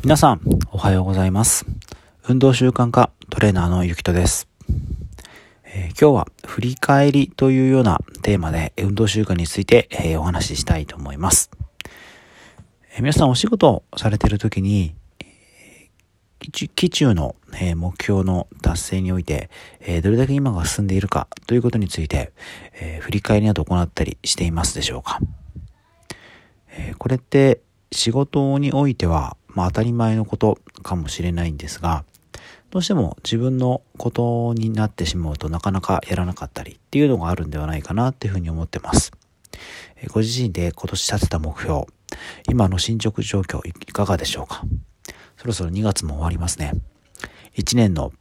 皆さんおはようございます。運動習慣科トレーナーのゆきとです。今日は振り返りというようなテーマで運動習慣について、お話ししたいと思います。皆さんお仕事をされているときに、期中の、目標の達成において、どれだけ今が進んでいるかということについて、振り返りなど行ったりしていますでしょうか。これって仕事においては当たり前のことかもしれないんですが、どうしても自分のことになってしまうとなかなかやらなかったりっていうのがあるんではないかなっていうふうに思ってます。ご自身で今年立てた目標、今の進捗状況いかがでしょうか。そろそろ2月も終わりますね。1年の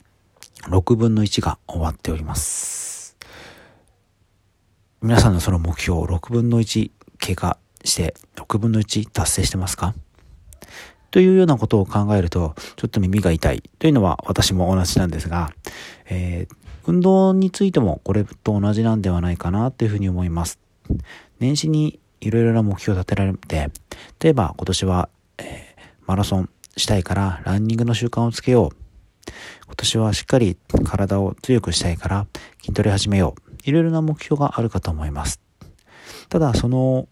6分の1が終わっております。皆さんのその目標6分の1経過して6分の1達成してますかというようなことを考えるとちょっと耳が痛いというのは私も同じなんですが、運動についてもこれと同じなんではないかなというふうに思います。年始にいろいろな目標を立てられて、例えば今年は、マラソンしたいからランニングの習慣をつけよう、今年はしっかり体を強くしたいから筋トレ始めよう、いろいろな目標があるかと思います。ただその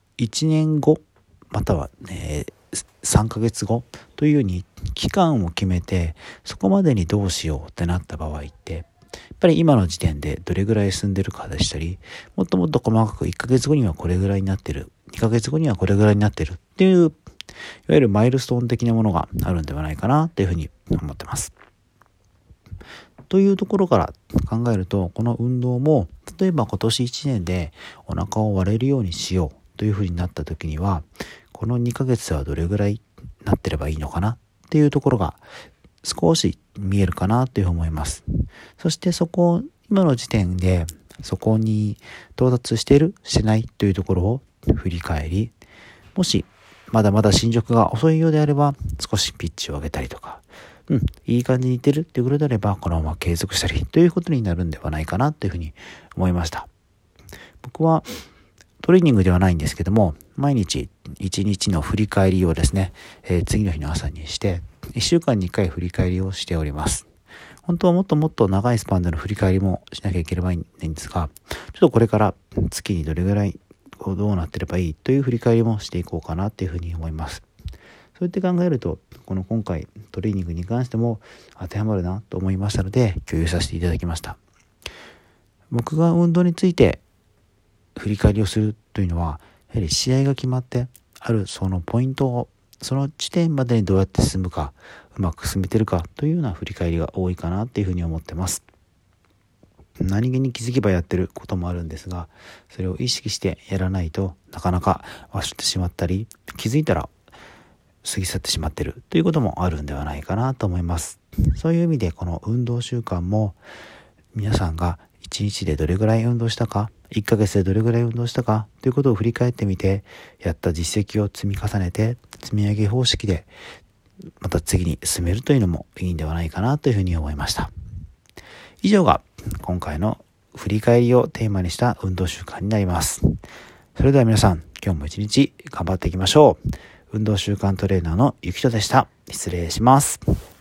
1年後または、3ヶ月後というように期間を決めてそこまでにどうしようってなった場合ってやっぱり今の時点でどれぐらい進んでるかでしたり、もっともっと細かく1ヶ月後にはこれぐらいになってる、2ヶ月後にはこれぐらいになってるっていういわゆるマイルストーン的なものがあるんではないかなっていうふうに思ってます。というところから考えると、この運動も例えば今年1年でお腹を割れるようにしようというふうになった時には、この2ヶ月はどれぐらいなってればいいのかなっていうところが少し見えるかなというふうに思います。そして今の時点でそこに到達しているしてないというところを振り返り、もしまだまだ進捗が遅いようであれば少しピッチを上げたりとか、いい感じにいってるっていうことであればこのまま継続したりということになるんではないかなというふうに思いました。僕はトレーニングではないんですけども、毎日1日の振り返りをですね、次の日の朝にして1週間に1回振り返りをしております。本当はもっともっと長いスパンでの振り返りもしなきゃいけないんですが、ちょっとこれから月にどれぐらいどうなってればいいという振り返りもしていこうかなというふうに思います。そうやって考えると今回トレーニングに関しても当てはまるなと思いましたので共有させていただきました。僕が運動について振り返りをするというのは、やはり試合が決まってあるそのポイントをその地点までにどうやって進むか、うまく進めてるかというような振り返りが多いかなっていうふうに思ってます。何気に気づけばやってることもあるんですが、それを意識してやらないとなかなか忘れてしまったり、気づいたら過ぎ去ってしまってるということもあるんではないかなと思います。そういう意味でこの運動習慣も皆さんが1日でどれぐらい運動したか、1ヶ月でどれぐらい運動したかということを振り返ってみて、やった実績を積み重ねて積み上げ方式でまた次に進めるというのもいいんではないかなというふうに思いました。以上が今回の振り返りをテーマにした運動習慣になります。それでは皆さん、今日も一日頑張っていきましょう。運動習慣トレーナーのゆきとでした。失礼します。